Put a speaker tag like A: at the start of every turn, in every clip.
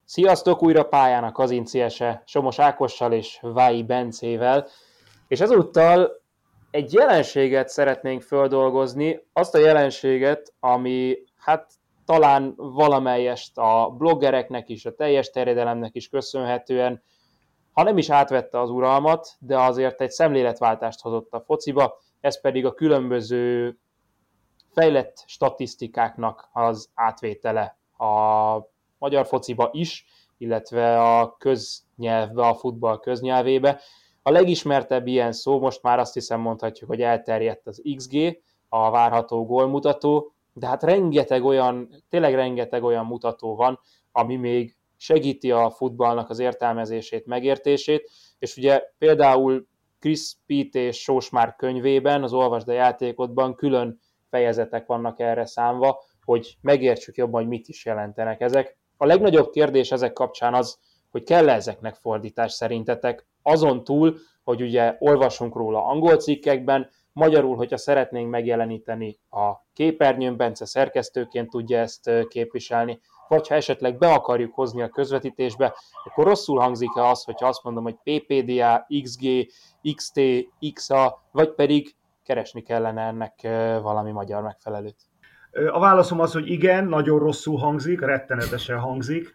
A: Sziasztok, újra pályán a Kazinciese Somos Ákossal és Vályi Bencével, és ezúttal egy jelenséget szeretnénk földolgozni, azt a jelenséget, ami hát talán valamelyest a bloggereknek is, a teljes terjedelemnek is köszönhetően, ha nem is átvette az uralmat, de azért egy szemléletváltást hozott a fociba, ez pedig a különböző fejlett statisztikáknak az átvétele a magyar fociba is, illetve a köznyelvbe, a futball köznyelvébe. A legismertebb ilyen szó, most már azt hiszem mondhatjuk, hogy elterjedt az XG, a várható gólmutató, de hát tényleg rengeteg olyan mutató van, ami még segíti a futballnak az értelmezését, megértését, és ugye például Chris Pitt és Sós könyvében, az Olvasd a játékodban külön fejezetek vannak erre számva, hogy megértsük jobban, hogy mit is jelentenek ezek. A legnagyobb kérdés ezek kapcsán az, hogy kell-e ezeknek fordítás szerintetek, azon túl, hogy ugye olvasunk róla angol cikkekben, magyarul, hogyha szeretnénk megjeleníteni a képernyőn, Bence szerkesztőként tudja ezt képviselni, vagy ha esetleg be akarjuk hozni a közvetítésbe, akkor rosszul hangzik-e az, hogyha azt mondom, hogy PPDA, XG, XT, XA, vagy pedig keresni kellene ennek valami magyar megfelelőt?
B: A válaszom az, hogy igen, nagyon rosszul hangzik, rettenetesen hangzik,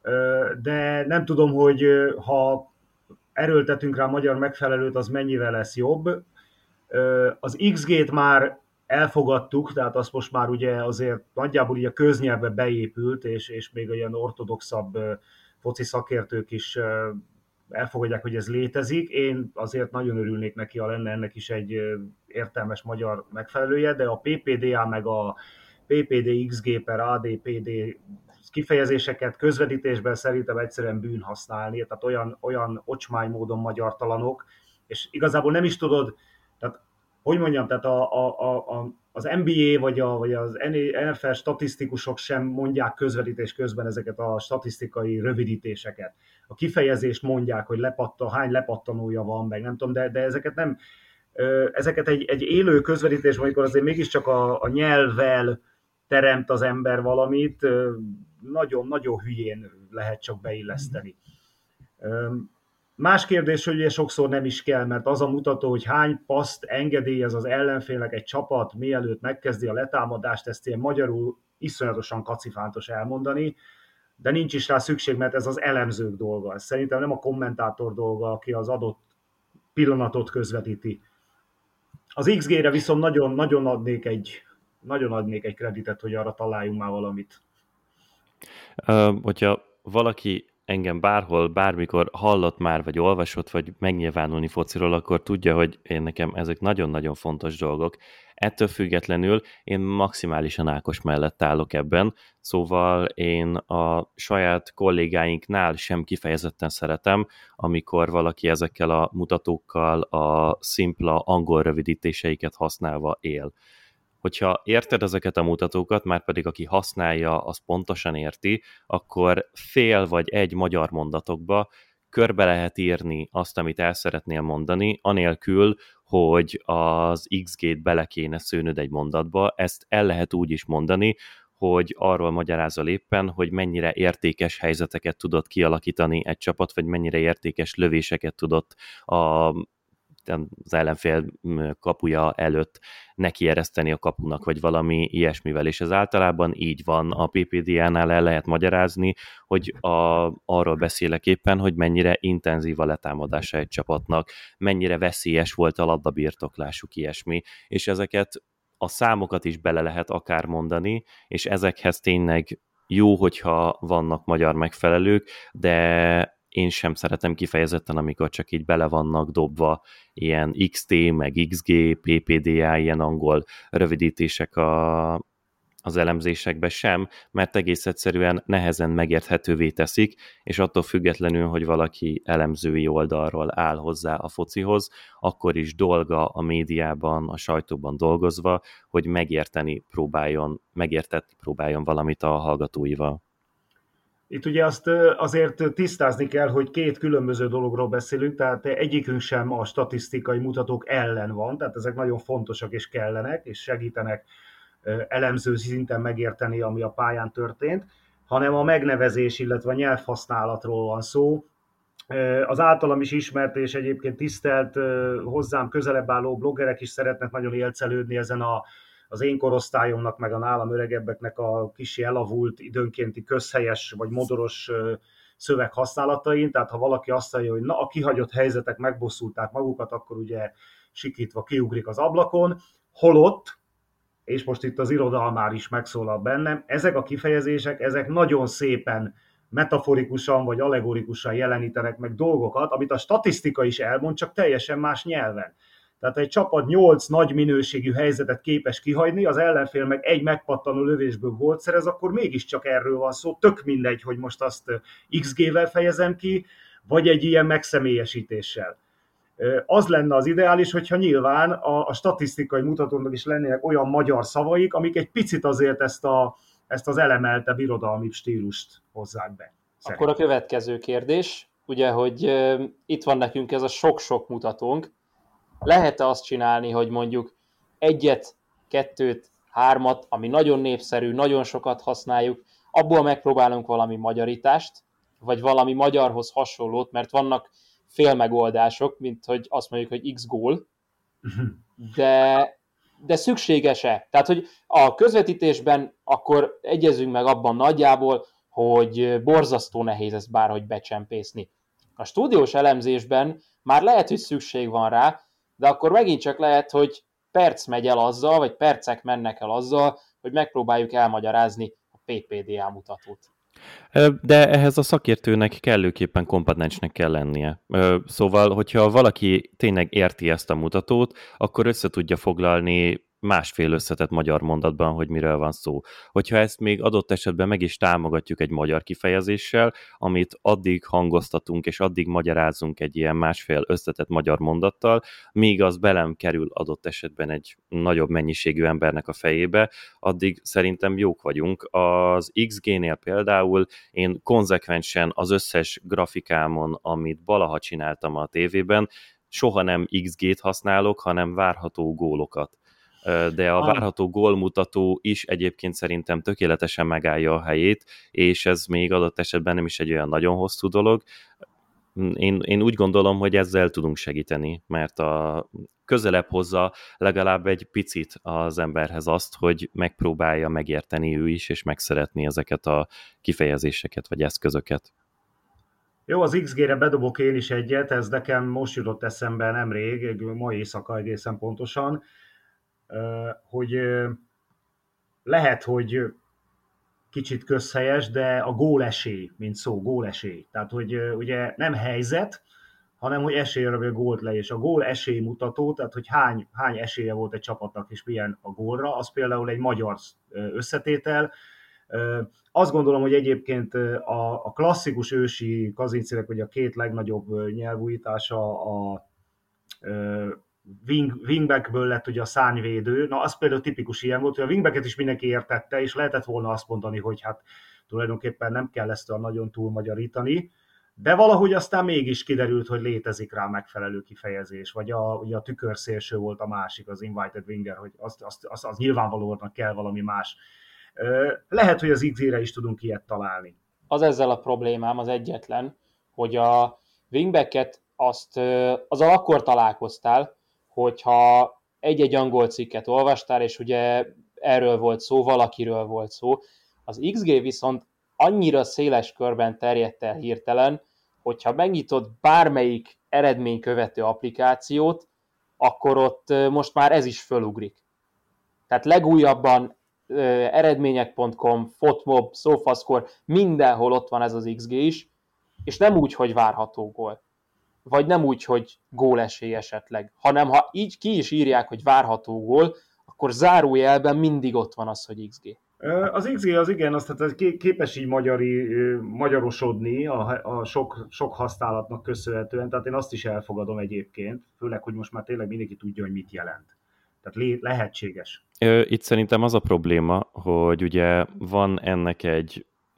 B: de nem tudom, hogy ha erőltetünk rá magyar megfelelőt, az mennyivel lesz jobb. Az XG-t már elfogadtuk, tehát azt most már ugye azért nagyjából így a köznyelvbe beépült, és még olyan ortodoxabb foci szakértők is elfogadják, hogy ez létezik. Én azért nagyon örülnék neki, ha lenne ennek is egy értelmes magyar megfelelője, de a PPDA meg a PPD XG per ADPD kifejezéseket közvetítésben szerintem egyszerűen bűn használni, tehát olyan ocsmány módon magyartalanok, és igazából nem is tudod, tehát hogy mondjam, tehát az NBA vagy az NFL statisztikusok sem mondják közvetítés közben ezeket a statisztikai rövidítéseket. A kifejezést mondják, hogy hány lepattanója van, meg nem tudom, de ezeket nem, ezeket egy élő közvetítés, amikor azért mégiscsak a nyelvvel teremt az ember valamit, nagyon-nagyon hülyén lehet csak beilleszteni. Más kérdés, hogy ugye sokszor nem is kell, mert az a mutató, hogy hány paszt engedélyez az ellenfélnek egy csapat, mielőtt megkezdi a letámadást, ezt ilyen magyarul iszonyatosan kacifántos elmondani, de nincs is rá szükség, mert ez az elemzők dolga. Ez szerintem nem a kommentátor dolga, aki az adott pillanatot közvetíti. Az XG-re viszont nagyon adnék egy kreditet, hogy arra találjunk már valamit.
C: Hogyha valaki engem bárhol, bármikor hallott már, vagy olvasott, vagy megnyilvánulni fociról, akkor tudja, hogy nekem ezek nagyon-nagyon fontos dolgok. Ettől függetlenül én maximálisan Ákos mellett állok ebben, szóval én a saját kollégáinknál sem kifejezetten szeretem, amikor valaki ezekkel a mutatókkal a szimpla angol rövidítéseiket használva él. Hogyha érted ezeket a mutatókat, már pedig aki használja, az pontosan érti, akkor fél vagy egy magyar mondatokba körbe lehet írni azt, amit el szeretnél mondani, anélkül, hogy az XG-t bele kéne szőnöd egy mondatba. Ezt el lehet úgy is mondani, hogy arról magyarázol éppen, hogy mennyire értékes helyzeteket tudott kialakítani egy csapat, vagy mennyire értékes lövéseket tudott az ellenfél kapuja előtt nekiereszteni a kapunak, vagy valami ilyesmivel, és ez általában így van. A PPDA-nál el lehet magyarázni, hogy arról beszélek éppen, hogy mennyire intenzív a letámadása egy csapatnak, mennyire veszélyes volt a labdabirtoklásuk, ilyesmi, és ezeket a számokat is bele lehet akár mondani, és ezekhez tényleg jó, hogyha vannak magyar megfelelők, de én sem szeretem kifejezetten, amikor csak így bele vannak dobva ilyen XT, meg XG, PPDA, ilyen angol rövidítések az elemzésekbe sem, mert egész egyszerűen nehezen megérthetővé teszik, és attól függetlenül, hogy valaki elemzői oldalról áll hozzá a focihoz, akkor is dolga a médiában, a sajtóban dolgozva, hogy megértetni próbáljon valamit a hallgatóival.
B: Itt ugye azt azért tisztázni kell, hogy két különböző dologról beszélünk, tehát egyikünk sem a statisztikai mutatók ellen van, tehát ezek nagyon fontosak és kellenek, és segítenek elemző szinten megérteni, ami a pályán történt. hanem a megnevezés, illetve a nyelvhasználatról van szó. Az általam is ismert és egyébként tisztelt, hozzám közelebb álló bloggerek is szeretnek nagyon élcelődni ezen az én korosztályomnak, meg a nálam öregebbeknek a kicsi elavult, időnkénti közhelyes vagy modoros szöveg használatain. Tehát ha valaki azt mondja, hogy na, a kihagyott helyzetek megbosszulták magukat, akkor ugye sikítva kiugrik az ablakon, holott, és most itt az irodalmár is megszólal bennem, ezek a kifejezések, ezek nagyon szépen metaforikusan vagy allegorikusan jelenítenek meg dolgokat, amit a statisztika is elmond, csak teljesen más nyelven. Tehát egy csapat 8 nagy minőségű helyzetet képes kihagyni, az ellenfél meg egy megpattanó lövésből gólt szerez, akkor mégiscsak erről van szó, tök mindegy, hogy most azt XG-vel fejezem ki, vagy egy ilyen megszemélyesítéssel. Az lenne az ideális, hogyha nyilván a statisztikai mutatónak is lennének olyan magyar szavaik, amik egy picit azért ezt az elemeltebb irodalmi stílust hozzák be.
A: Akkor a következő kérdés, ugye, hogy itt van nekünk ez a sok-sok mutatónk, lehet-e azt csinálni, hogy mondjuk egyet, kettőt, hármat, ami nagyon népszerű, nagyon sokat használjuk, abból megpróbálunk valami magyarítást, vagy valami magyarhoz hasonlót, mert vannak félmegoldások, mint hogy azt mondjuk, hogy X gól, de szükséges-e? Tehát, hogy a közvetítésben akkor egyezünk meg abban nagyjából, hogy borzasztó nehéz ezt bárhogy becsempészni. A stúdiós elemzésben már lehet, hogy szükség van rá, de akkor megint csak lehet, hogy perc megy el azzal, vagy percek mennek el azzal, hogy megpróbáljuk elmagyarázni a PPDA mutatót.
C: De ehhez a szakértőnek kellőképpen kompetensnek kell lennie. Szóval, hogyha valaki tényleg érti ezt a mutatót, akkor össze tudja foglalni másfél összetett magyar mondatban, hogy miről van szó. Hogyha ezt még adott esetben meg is támogatjuk egy magyar kifejezéssel, amit addig hangoztatunk és addig magyarázunk egy ilyen másfél összetett magyar mondattal, míg az belem kerül adott esetben egy nagyobb mennyiségű embernek a fejébe, addig szerintem jók vagyunk. Az XG-nél például én konzekvensen az összes grafikámon, amit valaha csináltam a tévében, soha nem XG-t használok, hanem várható gólokat. De a várható gólmutató is egyébként szerintem tökéletesen megállja a helyét, és ez még adott esetben nem is egy olyan nagyon hosszú dolog. Én úgy gondolom, hogy ezzel tudunk segíteni, mert a közelebb hozza legalább egy picit az emberhez azt, hogy megpróbálja megérteni ő is, és megszeretni ezeket a kifejezéseket, vagy eszközöket.
B: Jó, az XG-re bedobok én is egyet, ez nekem most jutott eszembe nemrég, ma éjszaka egészen pontosan, hogy lehet, hogy kicsit közhelyes, de a gólesély, mint szó, gólesély. Tehát, hogy ugye nem helyzet, hanem hogy esélyre vagy gólt le, és a gól esély mutató, tehát hogy hány esélye volt egy csapatnak és milyen a gólra, az például egy magyar összetétel. Azt gondolom, hogy egyébként a klasszikus ősi kazincérek, vagy a két legnagyobb nyelvújítása a wingbackből lett ugye a szárnyvédő, na az például tipikus ilyen volt, hogy a wingbacket is mindenki értette, és lehetett volna azt mondani, hogy hát tulajdonképpen nem kell ezt a nagyon túlmagyarítani, de valahogy aztán mégis kiderült, hogy létezik rá megfelelő kifejezés, vagy ugye a tükörszélső volt a másik, az invited winger, hogy az nyilvánvalóan kell valami más. Lehet, hogy az XG-re is tudunk ilyet találni.
A: Az ezzel a problémám az egyetlen, hogy a wingbacket azzal akkor találkoztál, hogyha egy-egy angol cikket olvastál, és ugye erről volt szó, valakiről volt szó. Az XG viszont annyira széles körben terjedt el hirtelen, hogyha megnyitod bármelyik eredménykövető applikációt, akkor ott most már ez is fölugrik. Tehát legújabban eredmények.com, Fotmob, Sofascore, mindenhol ott van ez az XG is, és nem úgy, hogy várható gól. Vagy nem úgy, hogy gólesély esetleg, hanem ha így ki is írják, hogy várható gól, akkor zárójelben mindig ott van az, hogy XG.
B: Az XG az igen, azt hát képes így magyarosodni a sok használatnak köszönhetően, tehát én azt is elfogadom egyébként, főleg, hogy most már tényleg mindenki tudja, hogy mit jelent. Tehát lehetséges.
C: Itt szerintem az a probléma, hogy ugye van ennek egy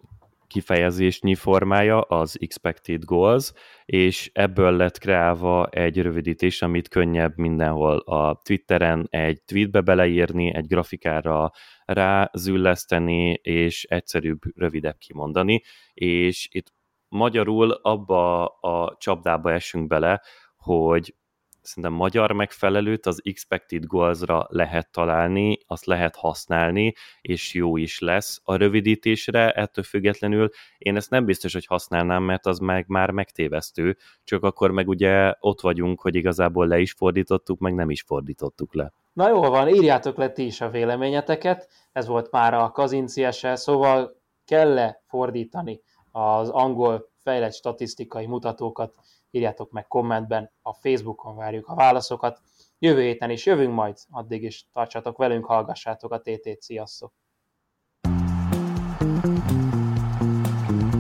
C: kifejezésnyi formája, az expected goals, és ebből lett kreálva egy rövidítés, amit könnyebb mindenhol a Twitteren egy tweetbe beleírni, egy grafikára rázülleszteni, és egyszerűbb, rövidebb kimondani, és itt magyarul abba a csapdába esünk bele, hogy szerintem magyar megfelelőt az expected goals-ra lehet találni, azt lehet használni, és jó is lesz. A rövidítésre ettől függetlenül én ezt nem biztos, hogy használnám, mert az meg már megtévesztő, csak akkor meg ugye ott vagyunk, hogy igazából le is fordítottuk, meg nem is fordítottuk le.
A: Na jól van, írjátok le ti is a véleményeteket, ez volt már a Kazinci-ese, szóval kell-e fordítani az angol fejlett statisztikai mutatókat, írjátok meg kommentben, a Facebookon várjuk a válaszokat. Jövő héten is jövünk majd, addig is tartsatok velünk, hallgassátok a TT-t, sziasztok!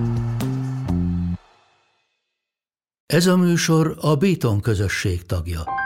D: Ez a műsor a Béton közösség tagja.